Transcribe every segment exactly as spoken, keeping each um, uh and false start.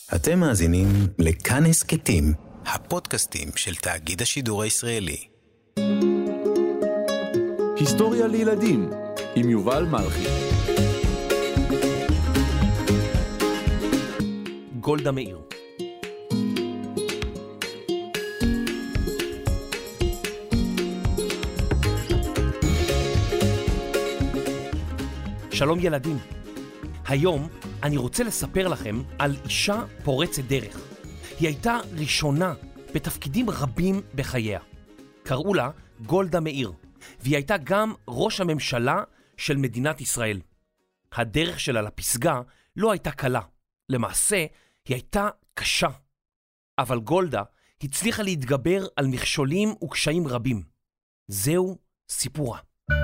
אתם מאזינים לכאן הסכתים, הפודקאסטים של תאגיד השידור הישראלי. היסטוריה לילדים עם יובל מלכי. גולדה מאיר. שלום ילדים. היום אני רוצה לספר לכם על אישה פורצת דרך. היא הייתה ראשונה בתפקידים רבים בחייה. קראו לה גולדה מאיר, והיא הייתה גם ראש הממשלה של מדינת ישראל. הדרך שלה לפסגה לא הייתה קלה. למעשה, היא הייתה קשה. אבל גולדה הצליחה להתגבר על מכשולים וקשיים רבים. זהו סיפורה.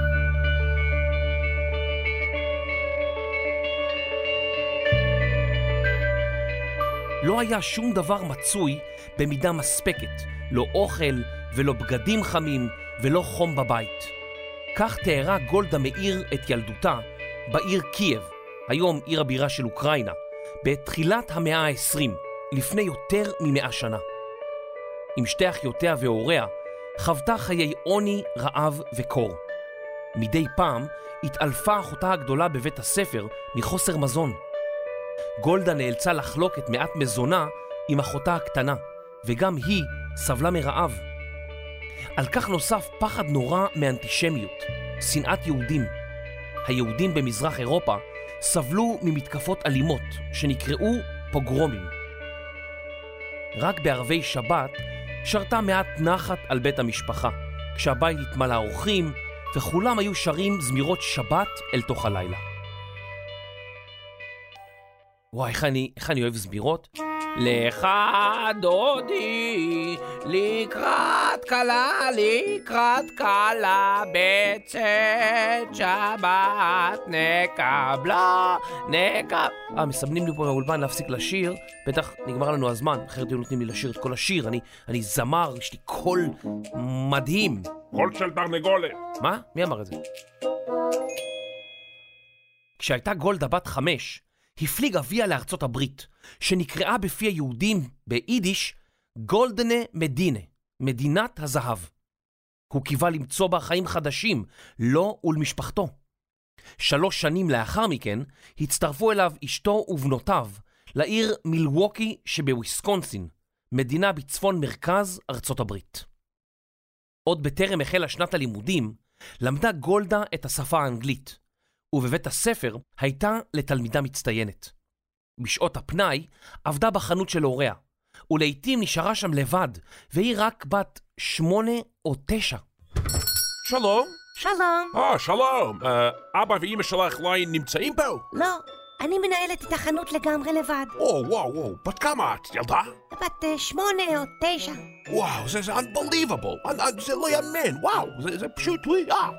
לא היה שום דבר מצוי במידה מספקת, לא אוכל ולא בגדים חמים ולא חום בבית. כך תיארה גולדה מאיר את ילדותה בעיר קייב, היום עיר הבירה של אוקראינה, בתחילת המאה ה-עשרים, לפני יותר ממאה שנה. עם שתי אחיותיה והוריה חוותה חיי עוני, רעב וקור. מדי פעם התעלפה אחותה הגדולה בבית הספר מחוסר מזון. גולדה נאלצה לחלוק את מעט מזונה עם אחותה הקטנה, וגם היא סבלה מרעב. על כך נוסף פחד נורא מאנטישמיות, שנאת יהודים. היהודים במזרח אירופה סבלו ממתקפות אלימות שנקראו פוגרומים. רק בערבי שבת שרתה מעט נחת על בית המשפחה, כשהבית התמלא אורחים וכולם היו שרים זמירות שבת אל תוך הלילה. וואי, איך אני, איך אני אוהב זמירות. לך דודי, לקראת קלה, לקראת קלה, בצאת שבת, נקבלה, נקב... אה, מסמנים לי פה מהאולפן להפסיק לשיר, בטח נגמר לנו הזמן, אחרת היו נותנים לי לשיר את כל השיר, אני, אני זמר, יש לי קול מדהים. קול של תרנגולת. מה? מי אמר את זה? כשהייתה גולדה בת חמש, הפליג אביה לארצות הברית, שנקראה בפי היהודים ביידיש גולדנה מדינה, מדינת הזהב. הוא קיווה למצוא בה חיים חדשים, לו ולמשפחתו. שלוש שנים לאחר מכן הצטרפו אליו אשתו ובנותיו לעיר מילווקי שבוויסקונסין, מדינה בצפון מרכז ארצות הברית. עוד בטרם החלה שנת הלימודים, למדה גולדה את השפה האנגלית, ובבית הספר הייתה לתלמידה מצטיינת. בשעות הפנאי עבדה בחנות של הוריה, ולעיתים נשארה שם לבד, והיא רק בת שמונה או תשע. שלום. שלום. אה, שלום. אה, אבא ואמא שלך לא נמצאים פה? לא, אני מנהלת את החנות לגמרי לבד. או, וואו, וואו. בת כמה את, ילדה? בת uh, שמונה או תשע. וואו, זה, זה unbelievable. זה לא יאמן. וואו, זה, זה פשוט... אה.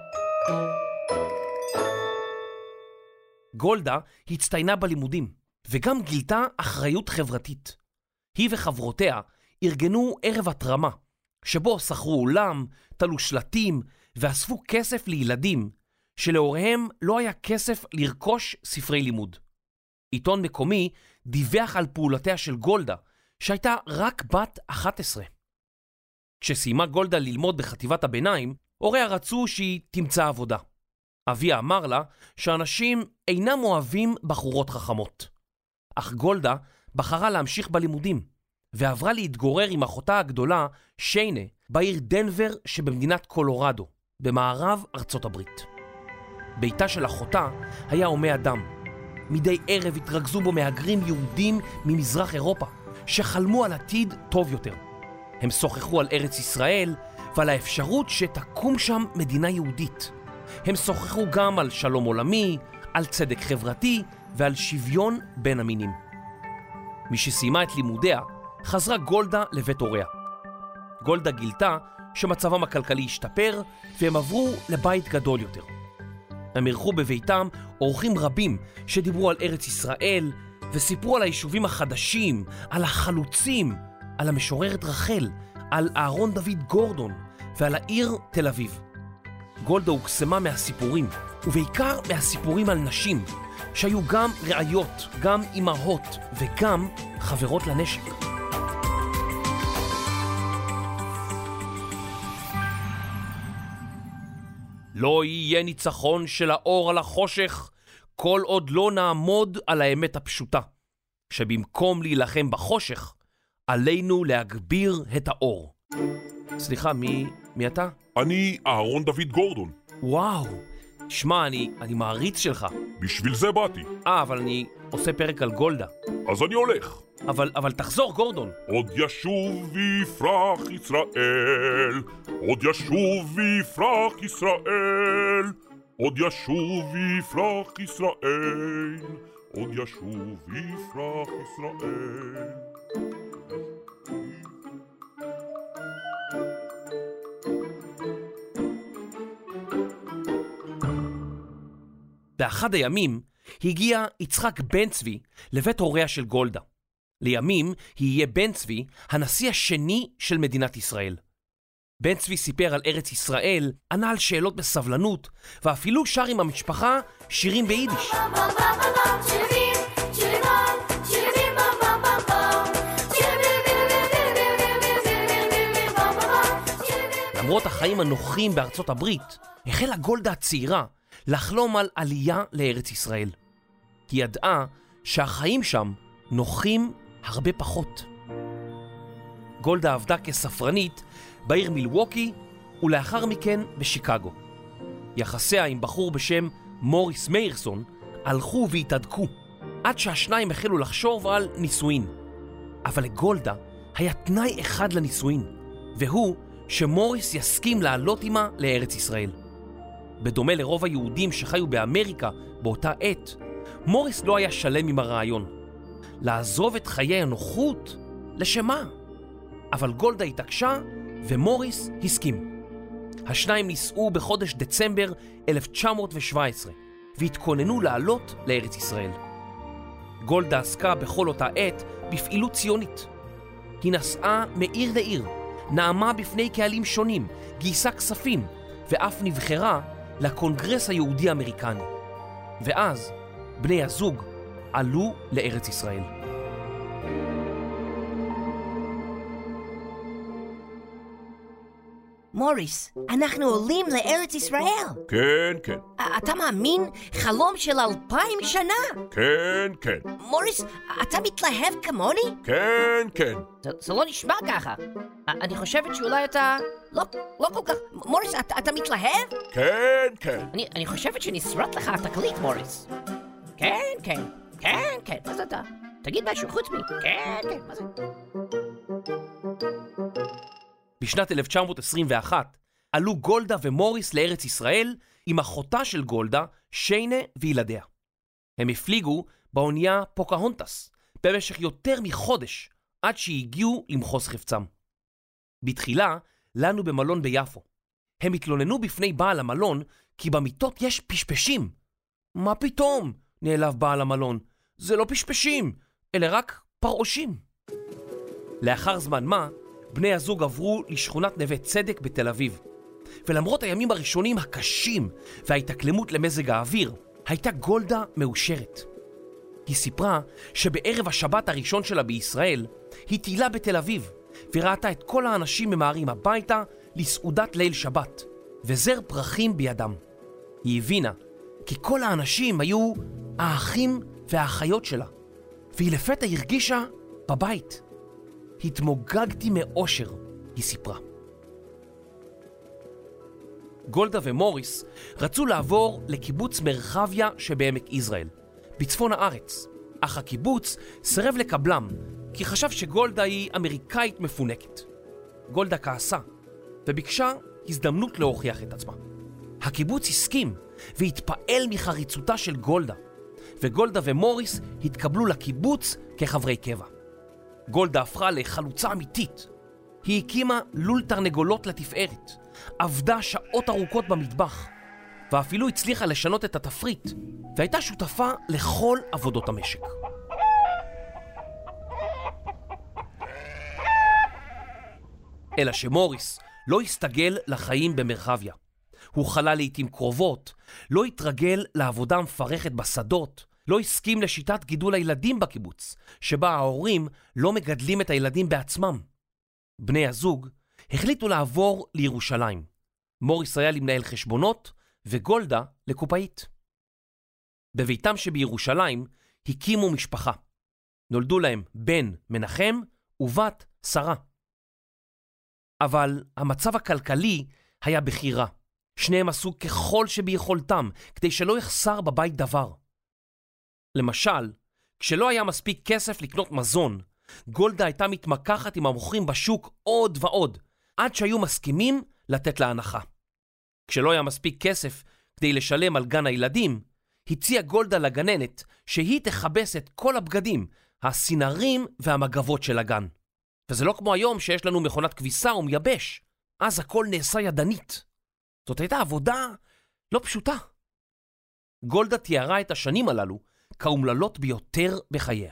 גולדה הצטיינה בלימודים, וגם גילתה אחריות חברתית. היא וחברותיה ארגנו ערב התרמה, שבו שכרו אולם, תלו שלטים, ואספו כסף לילדים, שלהוריהם לא היה כסף לרכוש ספרי לימוד. עיתון מקומי דיווח על פעולותיה של גולדה, שהייתה רק בת אחת עשרה. כשסיימה גולדה ללמוד בחטיבת הביניים, הוריה רצו שהיא תמצא עבודה. אביה אמר לה שאנשים אינם אוהבים בחורות חכמות. אך גולדה בחרה להמשיך בלימודים, ועברה להתגורר עם אחותה הגדולה, שיינה, בעיר דנבר שבמדינת קולורדו, במערב ארצות הברית. ביתה של אחותה היה הומי אדם. מדי ערב התרכזו בו מהגרים יהודים ממזרח אירופה, שחלמו על עתיד טוב יותר. הם שוחחו על ארץ ישראל ועל האפשרות שתקום שם מדינה יהודית. הם שוחחו גם על שלום עולמי, על צדק חברתי ועל שוויון בין המינים. משסיימה את לימודיה, חזרה גולדה לבית הוריה. גולדה גילתה שמצבם הכלכלי השתפר, והם עברו לבית גדול יותר. הם אירחו בביתם אורחים רבים שדיברו על ארץ ישראל, וסיפרו על היישובים החדשים, על החלוצים, על המשוררת רחל, על אהרון דוד גורדון, ועל העיר תל אביב. גולדה הוקסמה מהסיפורים, ובעיקר מהסיפורים על נשים, שהיו גם ראיות, גם אימהות וגם חברות לנשק. לא יהיה ניצחון של האור על החושך כל עוד לא נעמוד על האמת הפשוטה, שבמקום להילחם בחושך, עלינו להגביר את האור. סליחה, מי, מי אתה? אני אהרון דוד גורדון. וואו, שמע, אני, אני מעריץ שלך. בשביל זה באתי. אה, אבל אני עושה פרק על גולדה. אז אני הולך. אבל, אבל תחזור, גורדון. עוד ישוב ויפרח ישראל, עוד ישוב ויפרח ישראל, עוד ישוב ויפרח ישראל, עוד ישוב ויפרח ישראל. באחד הימים הגיע יצחק בן צבי לבית הוריה של גולדה. לימים יהיה בן צבי הנשיא השני של מדינת ישראל. בן צבי סיפר על ארץ ישראל, ענה על שאלות בסבלנות, ואפילו שר עם המשפחה שירים ביידיש. למרות החיים הנוחים בארצות הברית, החלה גולדה הצעירה לחלום על עלייה לארץ ישראל. היא ידעה שהחיים שם נוחים הרבה פחות. גולדה עבדה כספרנית בעיר מילווקי ולאחר מכן בשיקגו. יחסיה עם בחור בשם מוריס מאירסון הלכו והתהדקו עד שהשניים החלו לחשוב על נישואין. אבל לגולדה היה תנאי אחד לנישואין, והוא שמוריס יסכים לעלות עמה לארץ ישראל. בדומה לרוב היהודים שחיו באמריקה באותה עת, מוריס לא היה שלם עם הרעיון. לעזוב את חיי הנוחות? לשמה? אבל גולדה התעקשה ומוריס הסכים. השניים נישאו בחודש דצמבר אלף תשע מאות שבע עשרה והתכוננו לעלות לארץ ישראל. גולדה עסקה בכל אותה עת בפעילות ציונית. היא נסעה מעיר לעיר, נעמה בפני קהלים שונים, גייסה כספים ואף נבחרה לקונגרס היהודי האמריקני. ואז בני הזוג עלו לארץ ישראל. מוריס, אנחנו עולים לארץ ישראל. כן, כן. אתה מאמין? חלום של אלפיים שנה. כן, כן. מוריס, אתה מתלהב כמוני? כן, כן. זה, זה לא נשמע ככה. אני חושבת שאולי אתה לא, לא כל כך... מוריס, אתה, אתה מתלהב? כן, כן. אני, אני חושבת שנשרט לך התקליט, מוריס. כן, כן. כן, כן. מה זה אתה? תגיד משהו חוץ מי. כן, כן. מה זה? בשנת אלף תשע מאות עשרים ואחת עלו גולדה ומוריס לארץ ישראל עם אחותה של גולדה, שיינה וילדיה. הם הפליגו באונייה פוקהונטס במשך יותר מחודש עד שהגיעו למחוז חפצם. בתחילה לנו במלון ביפו. הם התלוננו בפני בעל המלון כי במיטות יש פשפשים. מה פתאום? נעלב בעל המלון. זה לא פשפשים, אלה רק פרעושים. לאחר זמן מה, בני הזוג עברו לשכונת נווה צדק בתל אביב. ולמרות הימים הראשונים הקשים וההתאקלמות למזג האוויר, הייתה גולדה מאושרת. היא סיפרה שבערב השבת הראשון שלה בישראל, היא טיילה בתל אביב, וראתה את כל האנשים ממהרים הביתה לסעודת ליל שבת, וזר פרחים בידם. היא הבינה כי כל האנשים היו האחים והאחיות שלה, והיא לפתע הרגישה בבית. התמוגגתי מאושר, היא סיפרה. גולדה ומוריס רצו לעבור לקיבוץ מרחביה שבעמק יזרעאל, בצפון הארץ, אך הקיבוץ סירב לקבלם, כי חשב שגולדה היא אמריקאית מפונקת. גולדה כעסה, וביקשה הזדמנות להוכיח את עצמה. הקיבוץ הסכים, והתפעל מחריצותה של גולדה, וגולדה ומוריס התקבלו לקיבוץ כחברי קבע. גולדה הפכה לחלוצה אמיתית. היא הקימה לול תרנגולות לתפארת, עבדה שעות ארוכות במטבח, ואפילו הצליחה לשנות את התפריט, והייתה שותפה לכל עבודות המשק. אלא שמוריס לא הסתגל לחיים במרחביה. הוא חלה לעתים קרובות, לא התרגל לעבודה מפרכת בשדות, לא הסכים לשיטת גידול הילדים בקיבוץ, שבה ההורים לא מגדלים את הילדים בעצמם. בני הזוג החליטו לעבור לירושלים. מוריס היה למנהל חשבונות וגולדה לקופאית. בביתם שבירושלים הקימו משפחה. נולדו להם בן מנחם ובת שרה. אבל המצב הכלכלי היה בחירה. שניהם עשו ככל שביכולתם כדי שלא יחסר בבית דבר. למשל, כשלא היה מספיק כסף לקנות מזון, גולדה הייתה מתמקחת עם המוכרים בשוק עוד ועוד, עד שהיו מסכימים לתת לה הנחה. כשלא היה מספיק כסף כדי לשלם על גן הילדים, הציעה גולדה לגננת שהיא תחבס את כל הבגדים, הסינרים והמגבות של הגן. וזה לא כמו היום שיש לנו מכונת כביסה ומייבש, אז הכל נעשה ידנית. זאת הייתה עבודה לא פשוטה. גולדה תיארה את השנים הללו כאומללות ביותר בחייה.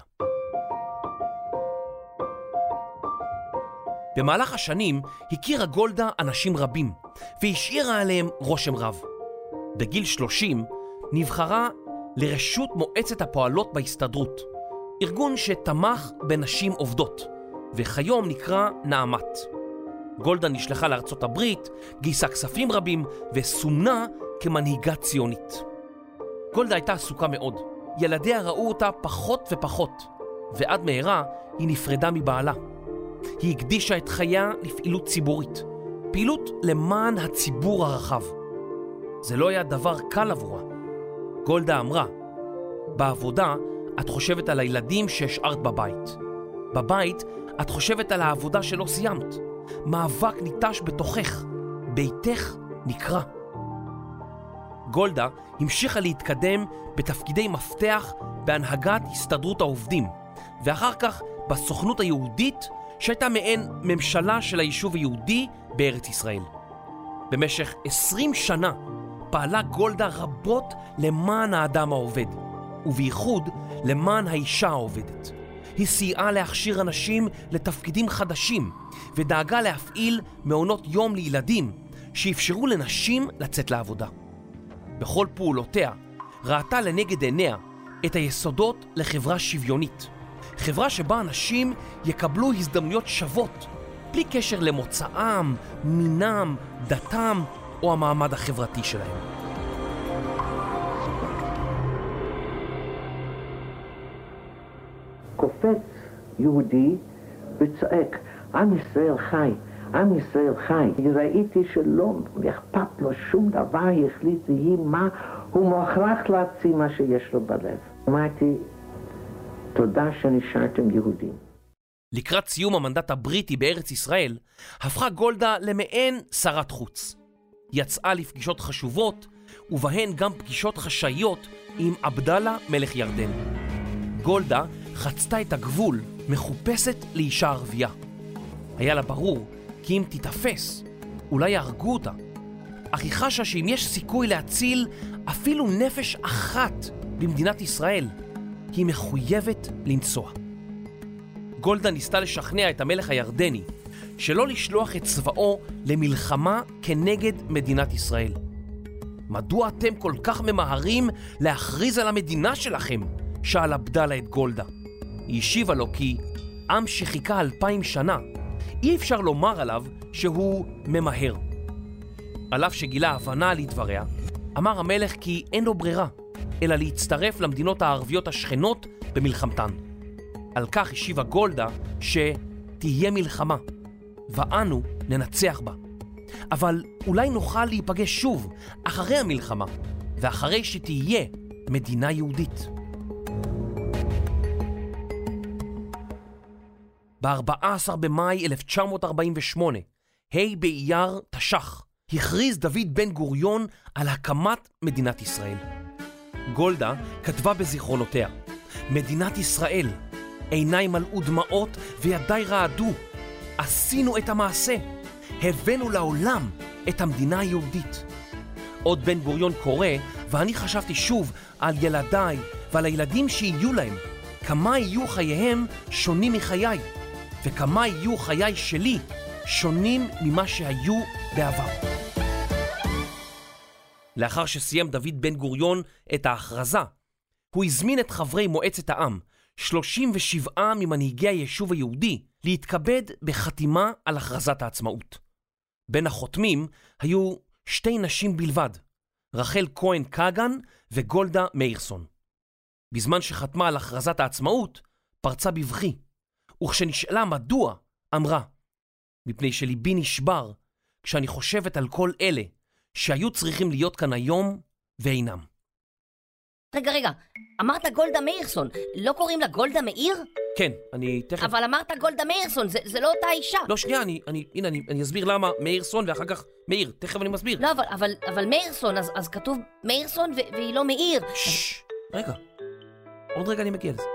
במהלך השנים הכירה גולדה אנשים רבים, והשאירה עליהם רושם רב. בגיל שלושים נבחרה לרשות מועצת הפועלות בהסתדרות, ארגון שתמך בנשים עובדות, וכיום נקרא נעמת. גולדה נשלחה לארצות הברית, גייסה כספים רבים וסומנה כמנהיגה ציונית. גולדה הייתה עסוקה מאוד. ילדיה ראו אותה פחות ופחות, ועד מהרה היא נפרדה מבעלה. היא הקדישה את חייה לפעילות ציבורית, פעילות למען הציבור הרחב. זה לא היה דבר קל עבורה. גולדה אמרה, בעבודה את חושבת על הילדים שהשארת בבית. בבית את חושבת על העבודה שלא סיימת. מאבק ניטש בתוכך, ביתך נקרא. גולדה המשיכה להתקדם בתפקידי מפתח בהנהגת הסתדרות העובדים, ואחר כך בסוכנות היהודית שהייתה מעין ממשלה של היישוב היהודי בארץ ישראל. במשך עשרים שנה פעלה גולדה רבות למען האדם העובד, ובייחוד למען האישה העובדת. היא סייעה להכשיר אנשים לתפקידים חדשים, ודאגה להפעיל מעונות יום לילדים שאפשרו לנשים לצאת לעבודה. בכל פעולותיה ראתה לנגד עיניה את היסודות לחברה שוויונית, חברה שבה אנשים יקבלו הזדמנויות שוות, בלי קשר למוצאם, מינם, דתם או המעמד החברתי שלהם. קופץ יהודי וצועק, עם ישראל חי, עם ישראל חי. ראיתי שלא אכפת לו שום דבר, החליט יהי מה, הוא מוכרח להציע מה שיש לו בלב. אמרתי, תודה שנשארתם יהודים. לקראת סיום המנדט הבריטי בארץ ישראל, הפכה גולדה למעין שרת חוץ. יצאה לפגישות חשובות, ובהן גם פגישות חשאיות עם עבדאללה מלך ירדן. גולדה חצתה את הגבול, מחופשת לאישה ערבייה. היה לה ברור כי אם תתאפס, אולי יהרגו אותה. אך היא חשה שאם יש סיכוי להציל אפילו נפש אחת במדינת ישראל, היא מחויבת לנסוע. גולדה ניסתה לשכנע את המלך הירדני שלא לשלוח את צבאו למלחמה כנגד מדינת ישראל. מדוע אתם כל כך ממהרים להכריז על המדינה שלכם? שאל עבדאללה את גולדה. היא השיבה לו כי עם שחיכה אלפיים שנה, אי אפשר לומר עליו שהוא ממהר. על אף שגילה הבנה לדבריה, אמר המלך כי אין לו ברירה, אלא להצטרף למדינות הערביות השכנות במלחמתן. על כך השיבה גולדה שתהיה מלחמה, ואנו ננצח בה. אבל אולי נוכל להיפגש שוב אחרי המלחמה, ואחרי שתהיה מדינה יהודית. ב-ארבעה עשר במאי אלף תשע מאות ארבעים ושמונה, ה' באייר תש"ח, הכריז דוד בן גוריון על הקמת מדינת ישראל. גולדה כתבה בזיכרונותיה, מדינת ישראל, עיניי מלאו דמעות וידיי רעדו. עשינו את המעשה, הבאנו לעולם את המדינה היהודית. עוד בן גוריון קורא, ואני חשבתי שוב על ילדיי ועל הילדים שיהיו להם, כמה יהיו חייהם שונים מחיי, וכמה יהיו חיי שלי שונים ממה שהיו בעבר. לאחר שסיים דוד בן גוריון את ההכרזה, הוא הזמין את חברי מועצת העם, שלושים ושבעה ממנהיגי היישוב היהודי, להתכבד בחתימה על הכרזת העצמאות. בין החותמים היו שתי נשים בלבד, רחל כהן קגן וגולדה מאירסון. בזמן שחתמה על הכרזת העצמאות, פרצה בבכי, וכשנשאלה מדוע, אמרה, מפני שליבי נשבר כשאני חושבת על כל אלה שהיו צריכים להיות כאן היום ואינם. רגע, רגע, אמרת גולדה מאירסון, לא קוראים לה גולדה מאיר? כן, אני תכף... אבל אמרת גולדה מאירסון, זה, זה לא אותה אישה. לא, שנייה, אני, אני, הנה, אני, אני אסביר למה מאירסון ואחר כך מאיר, תכף אני מסביר. לא, אבל, אבל, אבל מאירסון, אז, אז כתוב מאירסון ו- והיא לא מאיר. ששש, רגע, עוד רגע אני מגיע לזה.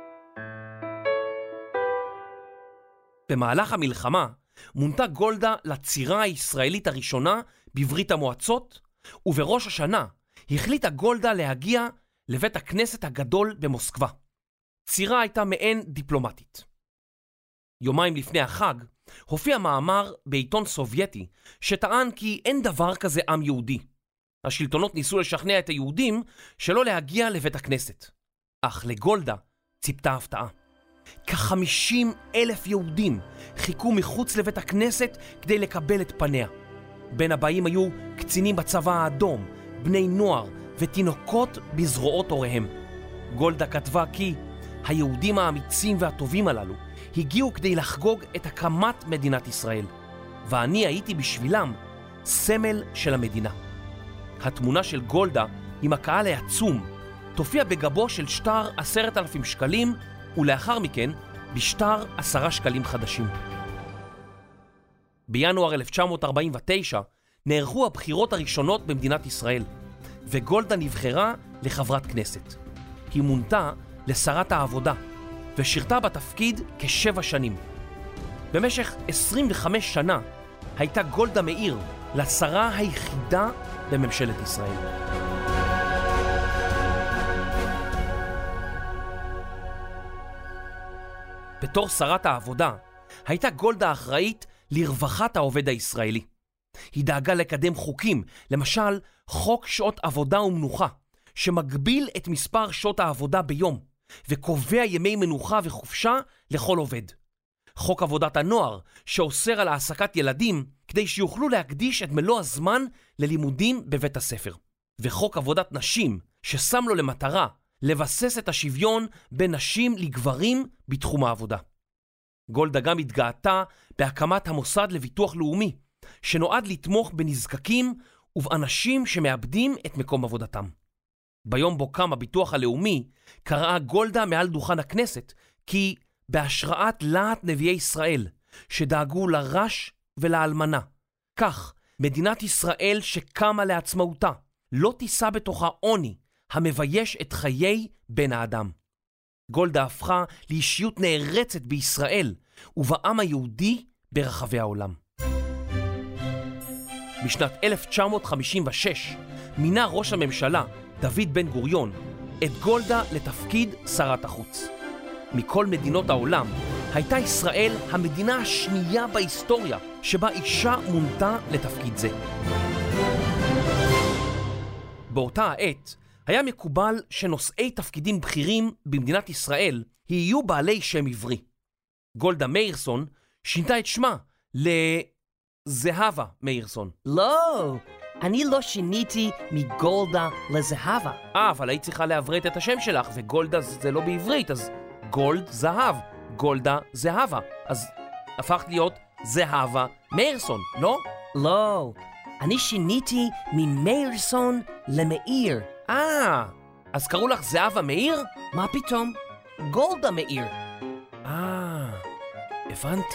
במהלך המלחמה מונתה גולדה לצירה הישראלית הראשונה בברית המועצות, ובראש השנה החליטה גולדה להגיע לבית הכנסת הגדול במוסקבה. צירה הייתה מעין דיפלומטית. יומיים לפני החג הופיע מאמר בעיתון סובייטי שטען כי אין דבר כזה עם יהודי. השלטונות ניסו לשכנע את היהודים שלא להגיע לבית הכנסת. אך לגולדה ציפתה הפתעה. כ-חמישים אלף יהודים חיכו מחוץ לבית הכנסת כדי לקבל את פניה. בין הבאים היו קצינים בצבא האדום, בני נוער ותינוקות בזרועות הוריהם. גולדה כתבה כי היהודים האמיצים והטובים הללו הגיעו כדי לחגוג את הקמת מדינת ישראל, ואני הייתי בשבילם סמל של המדינה. התמונה של גולדה עם הקהל העצום תופיע בגבו של שטר עשרת אלפים שקלים, ולאחר מכן בשטר עשרה שקלים חדשים. בינואר אלף תשע מאות ארבעים ותשע נערכו הבחירות הראשונות במדינת ישראל, וגולדה נבחרה לחברת כנסת. היא מונתה לשרת העבודה, ושירתה בתפקיד כשבע שנים. במשך עשרים וחמש שנה הייתה גולדה מאיר לשרה היחידה בממשלת ישראל. בתור שרת העבודה הייתה גולדה אחראית לרווחת העובד הישראלי. היא דאגה לקדם חוקים, למשל חוק שעות עבודה ומנוחה, שמגביל את מספר שעות העבודה ביום, וקובע ימי מנוחה וחופשה לכל עובד. חוק עבודת הנוער, שאוסר על העסקת ילדים, כדי שיוכלו להקדיש את מלוא הזמן ללימודים בבית הספר. וחוק עבודת נשים, ששם לו למטרה לבסס את השוויון בין נשים לגברים בתחום העבודה. גולדה גם התגאתה בהקמת המוסד לביטוח לאומי, שנועד לתמוך בנזקקים ובאנשים שמאבדים את מקום עבודתם. ביום בו קם הביטוח הלאומי, קראה גולדה מעל דוכן הכנסת כי בהשראת להט נביאי ישראל, שדאגו לרש ולאלמנה, כך מדינת ישראל שקמה לעצמאותה לא תישא בתוכה עוני המבייש את חיי בן האדם. גולדה הפכה לאישיות נערצת בישראל ובעם היהודי ברחבי העולם. בשנת אלף תשע מאות חמישים ושש מינה ראש הממשלה דוד בן גוריון את גולדה לתפקיד שרת החוץ. מכל מדינות העולם הייתה ישראל המדינה השנייה בהיסטוריה שבה אישה מונתה לתפקיד זה. באותה העת היה מקובל שנושאי תפקידים בכירים במדינת ישראל יהיו בעלי שם עברי. גולדה מאירסון שינתה את שמה לזהבה מאירסון. לא, אני לא שיניתי מגולדה לזהבה. אה, אבל היית צריכה לעברת את השם שלך, וגולדה זה לא בעברית, אז גולד זהב, גולדה זהבה. אז הפכת להיות זהבה מאירסון, לא? לא, אני שיניתי ממאירסון למאיר. אה, אז קראו לך זהבה מאיר? מה פתאום? גולדה מאיר. אה, הבנתי.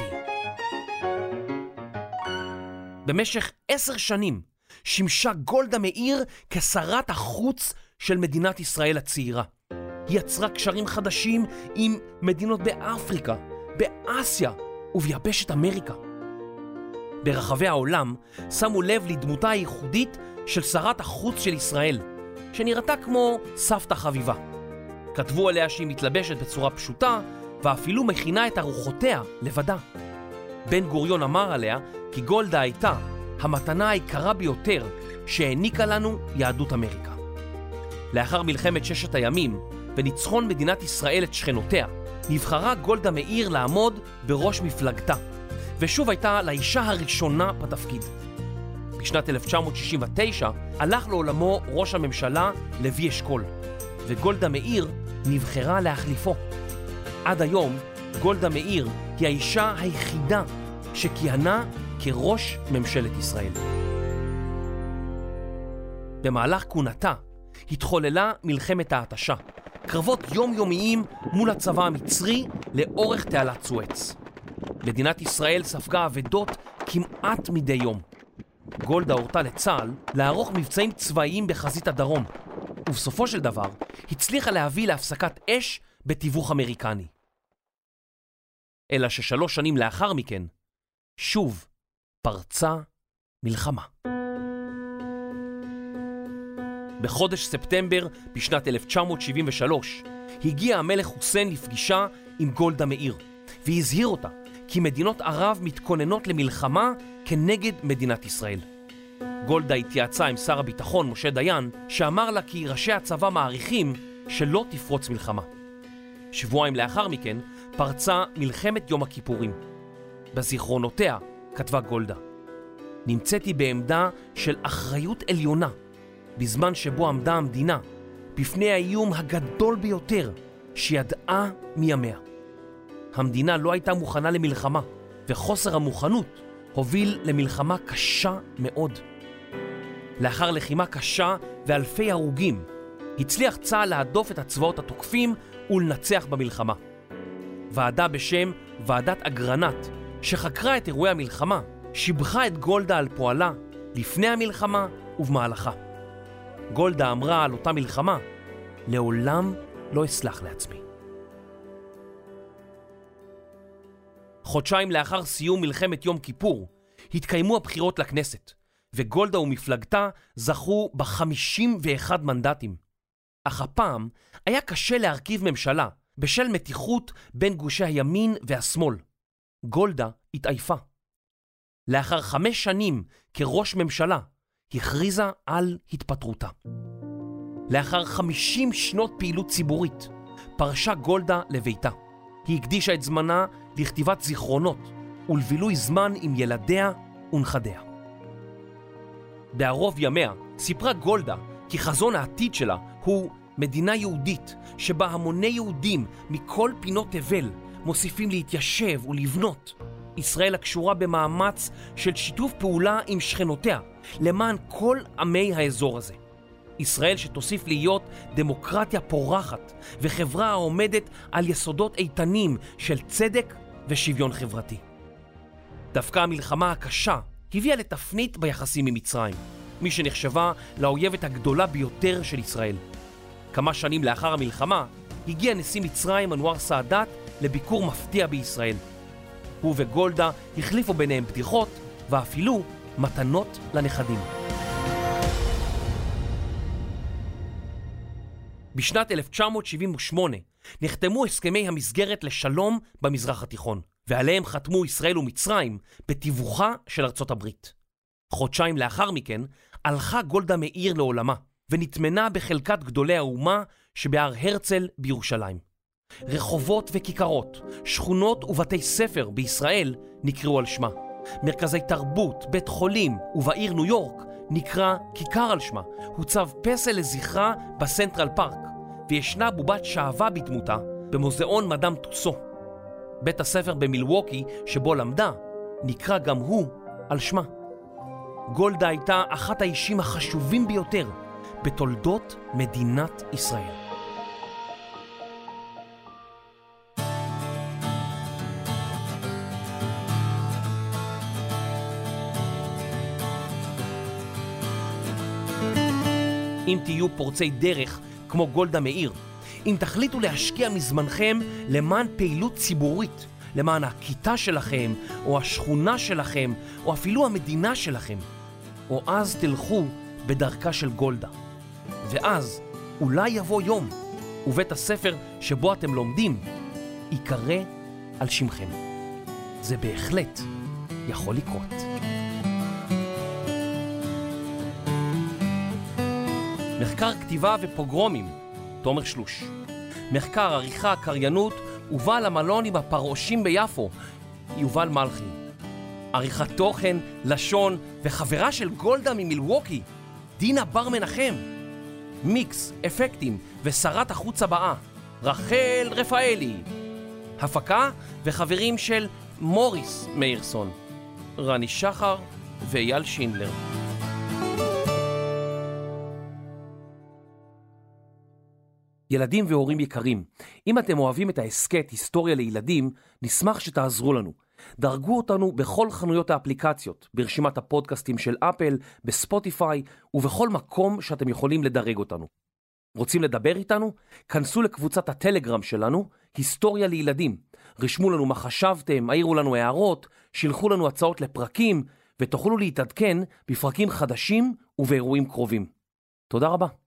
במשך עשר שנים שימשה גולדה מאיר כשרת החוץ של מדינת ישראל הצעירה. היא יצרה קשרים חדשים עם מדינות באפריקה, באסיה וביבשת אמריקה. ברחבי העולם שמו לב לדמותה הייחודית של שרת החוץ של ישראל, שנראתה כמו סבתא חביבה. כתבו עליה שהיא מתלבשת בצורה פשוטה, ואפילו מכינה את ארוחותיה לבדה. בן גוריון אמר עליה כי גולדה הייתה המתנה היקרה ביותר שהעניקה לנו יהדות אמריקה. לאחר מלחמת ששת הימים וניצחון מדינת ישראל את שכנותיה, נבחרה גולדה מאיר לעמוד בראש מפלגתה, ושוב הייתה לאישה הראשונה בתפקיד. בשנת אלף תשע מאות שישים ותשע הלך לעולמו ראש הממשלה לוי אשכול, וגולדה מאיר נבחרה להחליפו. עד היום גולדה מאיר היא האישה היחידה שכיהנה כראש ממשלת ישראל. במהלך כהונתה התחוללה מלחמת ההתשה, קרבות יומיומיים מול הצבא המצרי לאורך תעלת סואץ. מדינת ישראל ספגה אבדות כמעט מדי יום. גולדה הורתה לצה"ל לערוך מבצעים צבאיים בחזית הדרום, ובסופו של דבר הצליחה להביא להפסקת אש בתיווך אמריקני. אלא ששלוש שנים לאחר מכן, שוב פרצה מלחמה. בחודש ספטמבר בשנת אלף תשע מאות שבעים ושלוש הגיע המלך חוסיין לפגישה עם גולדה מאיר, והזהיר אותה כי מדינות ערב מתכוננות למלחמה כנגד מדינת ישראל. גולדה התייעצה עם שר הביטחון משה דיין, שאמר לה כי ראשי הצבא מעריכים שלא תפרוץ מלחמה. שבועיים לאחר מכן פרצה מלחמת יום הכיפורים. בזיכרונותיה כתבה גולדה: נמצאתי בעמדה של אחריות עליונה, בזמן שבו עמדה המדינה בפני האיום הגדול ביותר שידעה מימיה. המדינה לא הייתה מוכנה למלחמה, וחוסר המוכנות הוביל למלחמה קשה מאוד. לאחר לחימה קשה ואלפי הרוגים, הצליח צה"ל להדוף את הצבאות התוקפים ולנצח במלחמה. ועדה בשם ועדת אגרנט, שחקרה את אירועי המלחמה, שיבחה את גולדה על פועלה לפני המלחמה ובמהלכה. גולדה אמרה על אותה מלחמה: לעולם לא אסלח לעצמי. חודשיים לאחר סיום מלחמת יום כיפור התקיימו הבחירות לכנסת, וגולדה ומפלגתה זכו ב-חמישים ואחד מנדטים. אך הפעם היה קשה להרכיב ממשלה בשל מתיחות בין גושי הימין והשמאל. גולדה התעייפה. לאחר חמש שנים כראש ממשלה הכריזה על התפטרותה. לאחר חמישים שנות פעילות ציבורית פרשה גולדה לביתה. היא הקדישה את זמנה לכתיבת זיכרונות ולבילוי זמן עם ילדיה ונכדיה. בערוב ימיה סיפרה גולדה כי חזון העתיד שלה הוא מדינה יהודית שבה המוני יהודים מכל פינות תבל מוסיפים להתיישב ולבנות. ישראל הקשורה במאמץ של שיתוף פעולה עם שכנותיה למען כל עמי האזור הזה. ישראל שתוסיף להיות דמוקרטיה פורחת וחברה העומדת על יסודות איתנים של צדק ושוויון חברתי. דווקא המלחמה הקשה הביאה לתפנית ביחסים עם מצרים, מי שנחשבה לאויבת הגדולה ביותר של ישראל. כמה שנים לאחר המלחמה הגיע נשיא מצרים אנואר סאדאת לביקור מפתיע בישראל. הוא וגולדה החליפו ביניהם בדיחות ואפילו מתנות לנכדים. בשנת אלף תשע מאות שבעים ושמונה נחתמו הסכמי המסגרת לשלום במזרח התיכון, ועליהם חתמו ישראל ומצרים בתיווכה של ארצות הברית. חודשיים לאחר מכן הלכה גולדה מאיר לעולמה, ונתמנה בחלקת גדולי האומה שבהר הרצל בירושלים. רחובות וכיכרות, שכונות ובתי ספר בישראל נקראו על שמה. מרכזי תרבות, בית חולים ובעיר ניו יורק נקרא כיכר על שמה. הוצב פסל לזכרה בסנטרל פארק, וישנה בובת שעווה בדמותה במוזיאון מדאם טוסו. בית הספר במילווקי שבו למדה נקרא גם הוא על שמה. גולדה הייתה אחת האישים החשובים ביותר בתולדות מדינת ישראל. אם תהיו פורצי דרך כמו גולדה מאיר, אם תחליטו להשקיע מזמנכם למען פעילות ציבורית, למען הכיתה שלכם, או השכונה שלכם, או אפילו המדינה שלכם, או אז תלכו בדרכה של גולדה. ואז אולי יבוא יום, ובית הספר שבו אתם לומדים יקרא על שמכם. זה בהחלט יכול לקרות. מחקר כתיבה ופוגרומים, תומר שלוש. מחקר, עריכה, קריינות ובעל המלון עם הפרעושים ביפו, יובל מלכי. עריכת תוכן, לשון וחברה של גולדה ממילווקי, דינה בר מנחם. מיקס, אפקטים ושרת החוץ הבאה, רחל רפאלי. הפקה וחברים של מוריס מאירסון, רני שחר ואייל שינדלר. ילדים והורים יקרים, אם אתם אוהבים את העסקת היסטוריה לילדים, נשמח שתעזרו לנו. דרגו אותנו בכל חנויות האפליקציות, ברשימת הפודקאסטים של אפל, בספוטיפיי ובכל מקום שאתם יכולים לדרג אותנו. רוצים לדבר איתנו? כנסו לקבוצת הטלגרם שלנו, היסטוריה לילדים. רשמו לנו מה חשבתם, העירו לנו הערות, שילחו לנו הצעות לפרקים, ותוכלו להתעדכן בפרקים חדשים ובאירועים קרובים. תודה רבה.